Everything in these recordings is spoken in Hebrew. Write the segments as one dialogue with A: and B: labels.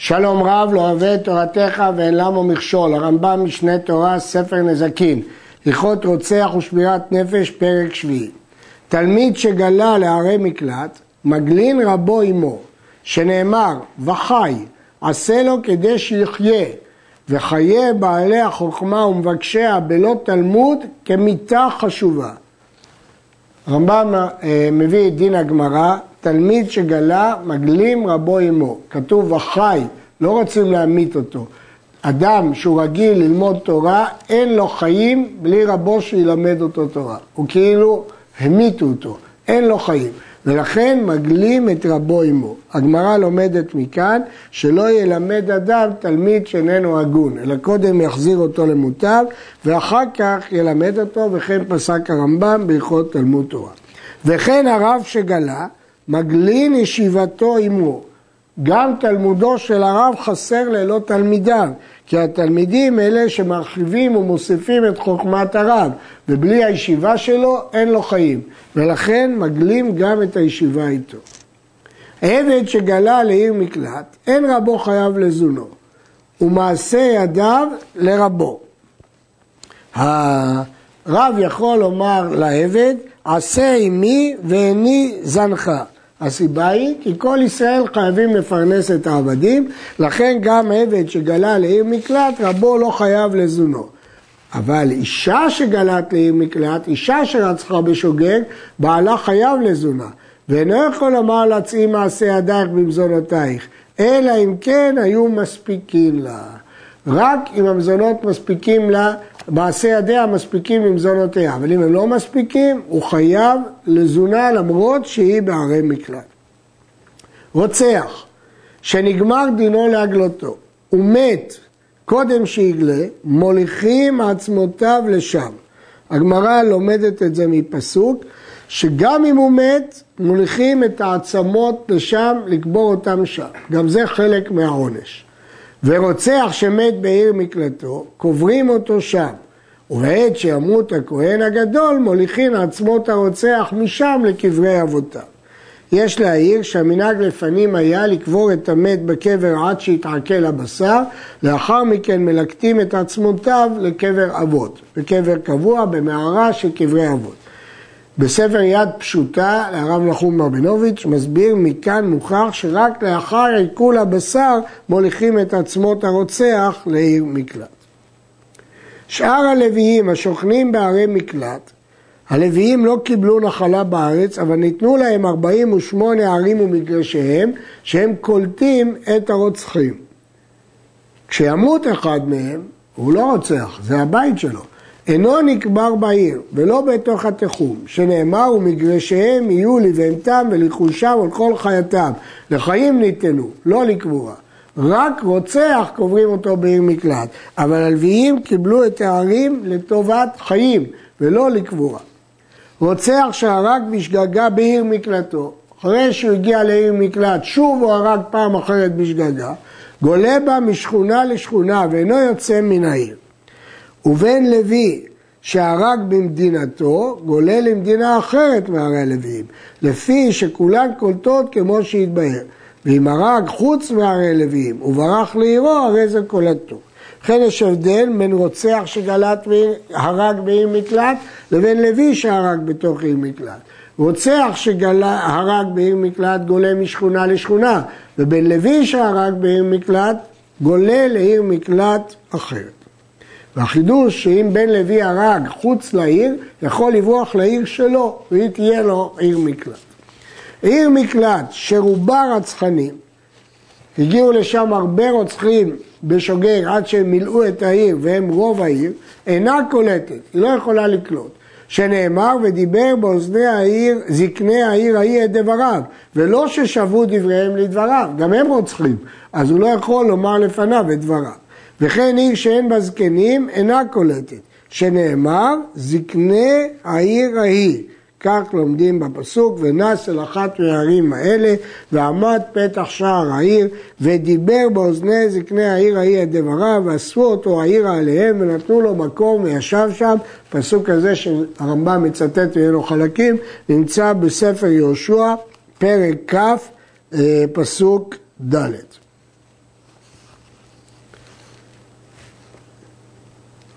A: שלום רב לא אוהב את תורתך ואין למו מכשול. הרמב"ם משנה תורה ספר נזקין, הלכות רוצח ושמירת נפש פרק שביעי. תלמיד שגלה לערי מקלט מגלין רבו עמו, שנאמר וחי עשה לו כדי שיחיה, וחיי בעלי החוכמה ומבקשיה בלא תלמוד כמיתה חשובה. הרמב"ם מביא את דין הגמרא, תלמיד שגלה מגלים רבו עמו. כתוב וחי, לא רוצים להמית אותו. אדם שהוא רגיל ללמוד תורה, אין לו חיים בלי רבו שילמד אותו תורה. הוא כאילו המיתו אותו, אין לו חיים. ולכן מגלים את רבו עמו. הגמרא לומדת מכאן שלא ילמד אדם תלמיד שאיננו הגון, אלא קודם יחזיר אותו למוטב, ואחר כך ילמד אותו, וכן פסק הרמב"ם בהלכות תלמוד תורה. וכן הרב שגלה, מגלין ישיבתו עמו. גם תלמודו של הרב חסר ללא תלמידיו, כי התלמידים אלה שמרחיבים ומוסיפים את חוכמת הרב, ובלי הישיבה שלו אין לו חיים, ולכן מגלים גם את הישיבה איתו. עבד שגלה לעיר מקלט, אין רבו חייב לזונו, ומעשה ידיו לרבו. הרב יכול לומר לעבד, עשה עמי ואיני זנך. הסיבה היא כי כל ישראל חייבים לפרנס את העבדים, לכן גם עבד שגלה לעיר מקלט, רבו לא חייב לזונו. אבל אישה שגלת לעיר מקלט, אישה שרצחה בשוגג, בעלה חייב לזונה. ואינו יכול לומר להצעי מעשה ידייך במזונותייך, אלא אם כן היו מספיקים לה. רק אם המזונות מספיקים לה, מעשה ידיה מספיקים למזונותיה, אבל אם הם לא מספיקים, הוא חייב לזונה למרות שהיא בערי מקלט. רוצח, שנגמר דינו להגלותו, הוא מת קודם שיגלה, מוליכים עצמותיו לשם. הגמרא לומדת את זה מפסוק, שגם אם הוא מת, מוליכים את העצמות לשם, לקבור אותם שם. גם זה חלק מהעונש. ורוצח שמת בעיר מקלטו, קוברים אותו שם. ובעת שימות הכהן הגדול, מוליכים עצמות הרוצח משם לקברי אבותיו. יש להעיר שהמנהג לפנים היה לקבור את המת בקבר עד שיתעכל הבשר, לאחר מכן מלקטים את עצמותיו לקבר אבות, בקבר קבוע במערה של קברי אבות. בספר יד פשוטה, הרב נחום רבינוביץ' מסביר מכאן מוכח שרק לאחר עיכול הבשר מוליכים את עצמות הרוצח לעיר מקלט. שאר הלוויים השוכנים בערי מקלט, הלוויים לא קיבלו נחלה בארץ, אבל ניתנו להם 48 ערים ומגרשיהם, שהם קולטים את הרוצחים. כשימות אחד מהם, הוא לא רוצח, זה הבית שלו. אינו נקבר בעיר, ולא בתוך התחום, שנאמר ומגרשיהם יהיו לבהמתם ולחושם ולכל חייתם. לחיים ניתנו, לא לקבורה. רק רוצח קוברים אותו בעיר מקלט, אבל הלוויים קיבלו את הערים לטובת חיים ולא לקבורה. רוצח שהרג בשגגה בעיר מקלטו, אחרי שהוא הגיע לעיר מקלט, שוב הוא הרג פעם אחרת בשגגה, גולה בה משכונה לשכונה ואינו יוצא מן העיר. ובן לוי שהרג במדינתו, גולה למדינה אחרת מהרי הלוויים, לפי שכולן קולטות כמו שהתבהר. ואם הרג חוץ מהרי הלוויים וברח לעירו, הרי זה קולטו. לכן יש הבדל בין רוצח שגלת הרג בעיר מקלט, לבין לוי שהרג בתוך עיר מקלט. רוצח שהרג בעיר מקלט גולה משכונה לשכונה, ובין לוי שהרג בעיר מקלט גולה לעיר מקלט אחרת. והחידוש שאם בן לוי הרג חוץ לעיר, יכול לברוח לעיר שלו, והיא תהיה לו עיר מקלט. עיר מקלט שרובה רצחנים, הגיעו לשם הרבה רוצחים בשוגג עד שהם מילאו את העיר והם רוב העיר, אינה קולטת, היא לא יכולה לקלוט. שנאמר ודיבר באוזני העיר, זקני העיר ההיא את דבריו, ולא ששבו דבריהם לדבריו, גם הם רוצחים, אז הוא לא יכול לומר לפניו את דבריו. וכן עיר שאין בה זקנים אינה קולטת, שנאמר זקני העיר ההיא. כך לומדים בפסוק, ונס אל אחת מהערים האלה, ועמד פתח שער העיר, ודיבר באוזני זקני העיר ההיא את דבריו, ואספו אותו העירה עליהם, ונתנו לו מקום וישב שם. פסוק הזה שהרמב"ם מצטט ממנו חלקים, נמצא בספר יהושע, פרק כ', פסוק ד'.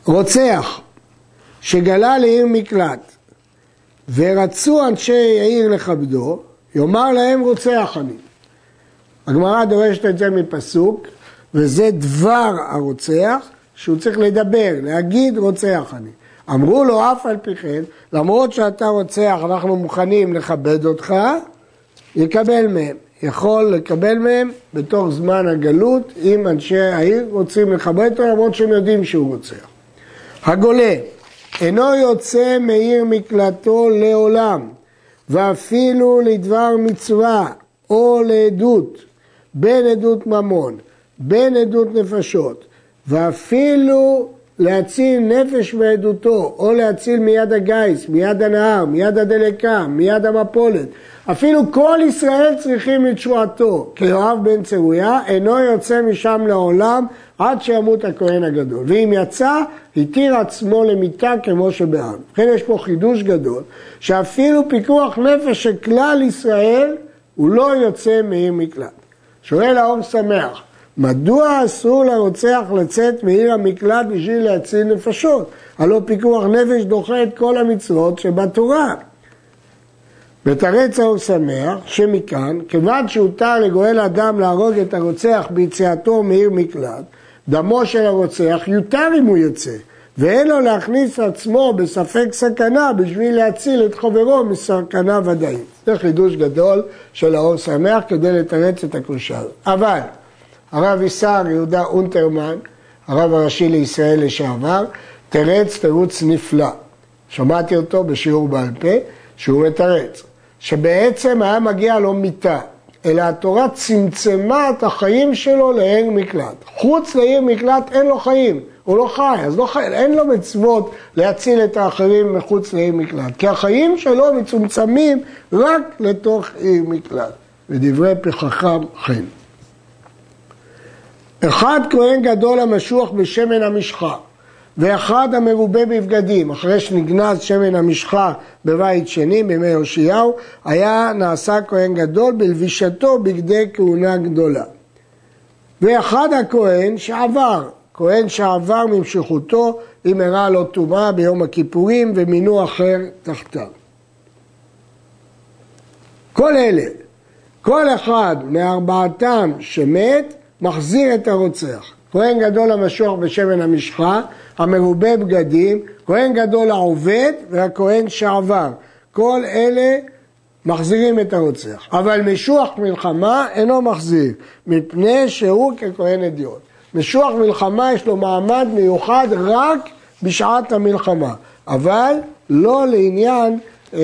A: רוצח שגלה לעיר מקלט ורצו אנשי העיר לכבדו, יאמר להם רוצח אני. הגמרא דורשת את זה מפסוק, וזה דבר הרוצח, שהוא צריך לדבר, להגיד רוצח אני. אמרו לו אף על פי כן, למרות שאתה רוצח אנחנו מוכנים לכבד אותך, יקבל מהם. יכול לקבל מהם בתוך זמן הגלות, אם אנשי העיר רוצים לכבד אותו, למרות שהם יודעים שהוא רוצח. הגולה אינו יוצא מעיר מקלטו לעולם, ואפילו לדבר מצווה או לעדות, בין עדות ממון, בין עדות נפשות, ואפילו להציל נפש בעדותו, או להציל מיד הגיס, מיד הנהר, מיד הדלקה, מיד המפולת. אפילו כל ישראל צריכים לתשועתו, כיואב בן צרויה, אינו יוצא משם לעולם עד שימות הכהן הגדול. ואם יצא, התיר עצמו למיתה כמו שבעם. לכן יש פה חידוש גדול, שאפילו פיקוח נפש של כלל ישראל, הוא לא יוצא מעיר מקלט. שואל האור שמח, מדוע אסור לרוצח לצאת מעיר המקלט בשביל להציל נפשות? הלא פיקוח נפש דוחה את כל המצוות שבתורה. ותרץ האור שמח שמכאן, כיוון שהותר לגואל אדם להרוג את הרוצח ביציאתו מעיר מקלט, דמו של הרוצח יותר אם הוא יוצא, ואין לו להכניס עצמו בספק סכנה בשביל להציל את חברו מסכנה ודאית. זה חידוש גדול של האור שמח כדי לתרץ את הקושה. אבל הרב איסר יהודה אונטרמן, הרב הראשי לישראל לשעבר, תרץ תירוץ נפלא. שמעתי אותו בשיעור בעל פה, שהוא מתרץ, שבעצם היה מגיע לו מיתה, אלא התורה צמצמה את החיים שלו לעיר מקלט. חוץ לעיר מקלט אין לו חיים, הוא לא חי, אז לא חי, אין לו מצוות להציל את האחרים מחוץ לעיר מקלט, כי החיים שלו מצומצמים רק לתוך עיר מקלט. ודברי פחכם חן. אחד כהן גדול המשוח בשמן המשחה, ואחד המרובה בבגדים, אחרי שנגנז שמן המשחה בבית שני, בימי יאשיהו, היה נעשה כהן גדול בלבישתו בגדי כהונה גדולה. ואחד הכהן שעבר, כהן שעבר ממשכותו, אם הראה לו טומאה ביום הכיפורים ומינו אחר תחתיו. כל אלה, כל אחד מארבעתם שמת, מחזיר את הרוצח. כהן גדול המשוח בשמן המשחה, המרובה בגדים, כהן גדול העובד והכהן שעבר. כל אלה מחזירים את הרוצח. אבל משוח מלחמה אינו מחזיר, מפני שהוא ככהן אדיוט. משוח מלחמה יש לו מעמד מיוחד רק בשעת המלחמה, אבל לא לעניין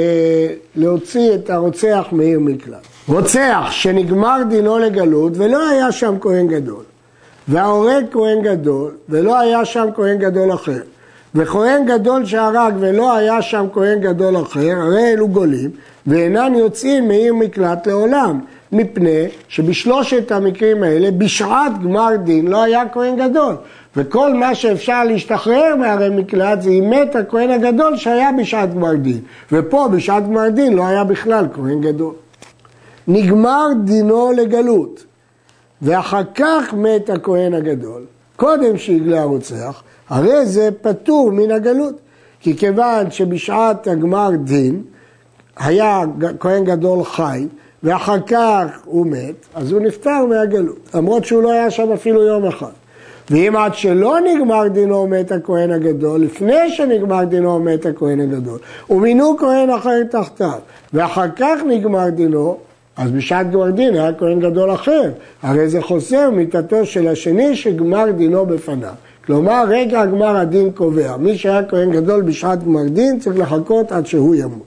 A: להוציא את הרוצח מעיר מקלט. רוצח שנגמר דינו לגלות ולא היה שם כהן גדול, וההורג כהן גדול ולא היה שם כהן גדול אחר, וכהן גדול שהרג ולא היה שם כהן גדול אחר, הרי אלו גולים ואינם יוצאים מעיר מקלט לעולם, מפני שבשלושת המקרים האלה בשעת גמר דין לא היה כהן גדול, וכל מה שאפשר להשתחרר מהרי מקלט זה אימת הכהן הגדול שהיה בשעת גמר דין, ופה בשעת גמר דין לא היה בכלל כהן גדול. נגמר דינו לגלות, ואחר כך מת הכהן הגדול, קודם שהגלה הרוצח, הרי זה פטור מן הגלות, כי כיוון שבשעת הגמר דין היה כהן גדול חי, ואחר כך הוא מת, אז הוא נפטר מהגלות, למרות שהוא לא היה שם אפילו יום אחד. ואם עד שלא נגמר דינו מת הכהן הגדול, לפני שנגמר דינו מת הכהן הגדול, ומינו כהן אחר תחתיו, ואחר כך נגמר דינו, אז בשעת גמר דין היה כהן גדול אחר, הרי זה חוסר מיתתו של השני שגמר דינו בפניו. כלומר, רגע גמר הדין קובע, מי שהיה כהן גדול בשעת גמר דין צריך לחכות עד שהוא ימות.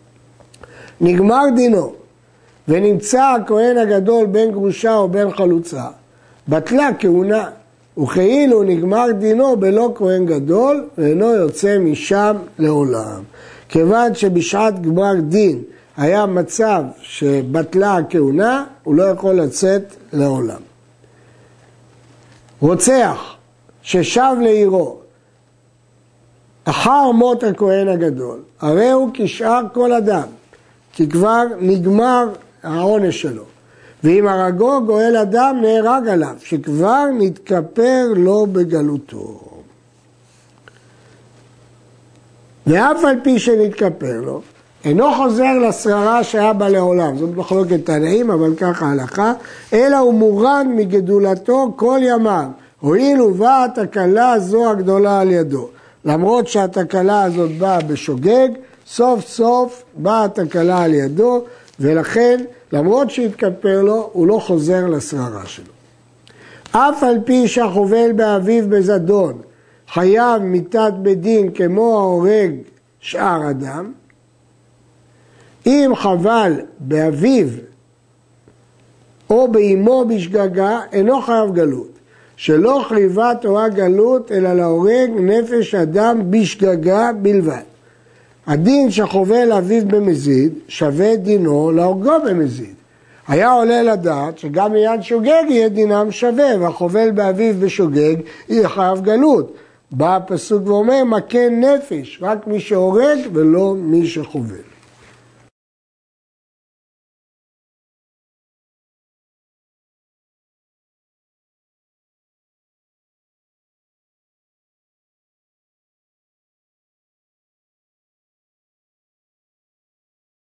A: נגמר דינו, ונמצא הכהן הגדול בין גרושה או בין חלוצה, בטלה כהונה, וכאילו נגמר דינו בלא כהן גדול, ואינו יוצא משם לעולם. כיוון שבשעת גמר דין היה מצב שבטלה הכהונה, הוא לא יכול לצאת לעולם. רוצח ששב לעירו, אחר מות הכהן הגדול, הרי הוא כשאר כל אדם, כי כבר נגמר העונש שלו. ואם הרגו גואל אדם נהרג עליו, שכבר נתכפר לו בגלותו. ואף על פי שנתכפר לו, אינו חוזר לשררה שהיה בה לעולם, זאת מחלוקת תנאים, אבל ככה ההלכה, אלא הוא מורן מגדולתו כל ימיו, הואיל ובאה התקלה הזו הגדולה על ידו. למרות שהתקלה הזאת באה בשוגג, סוף סוף באה התקלה על ידו, ולכן למרות שהתכפר לו, הוא לא חוזר לשררה שלו. אף על פי שהחובל באביו בזדון, חייב מיתת בדין כמו ההורג שאר אדם, אם חבל באביו או באמו בשגגה, אינו חייב גלות. שלא חייבה תורה גלות, אלא להורג נפש אדם בשגגה בלבד. הדין שחובל אביו במזיד, שווה דינו להורגו במזיד. היה עולה לדעת שגם מיד שוגג יהיה דינם שווה, והחובל באביו בשוגג יהיה חייב גלות. בא הפסוק ואומר, מכה נפש, רק מי שהורג ולא מי שחובל.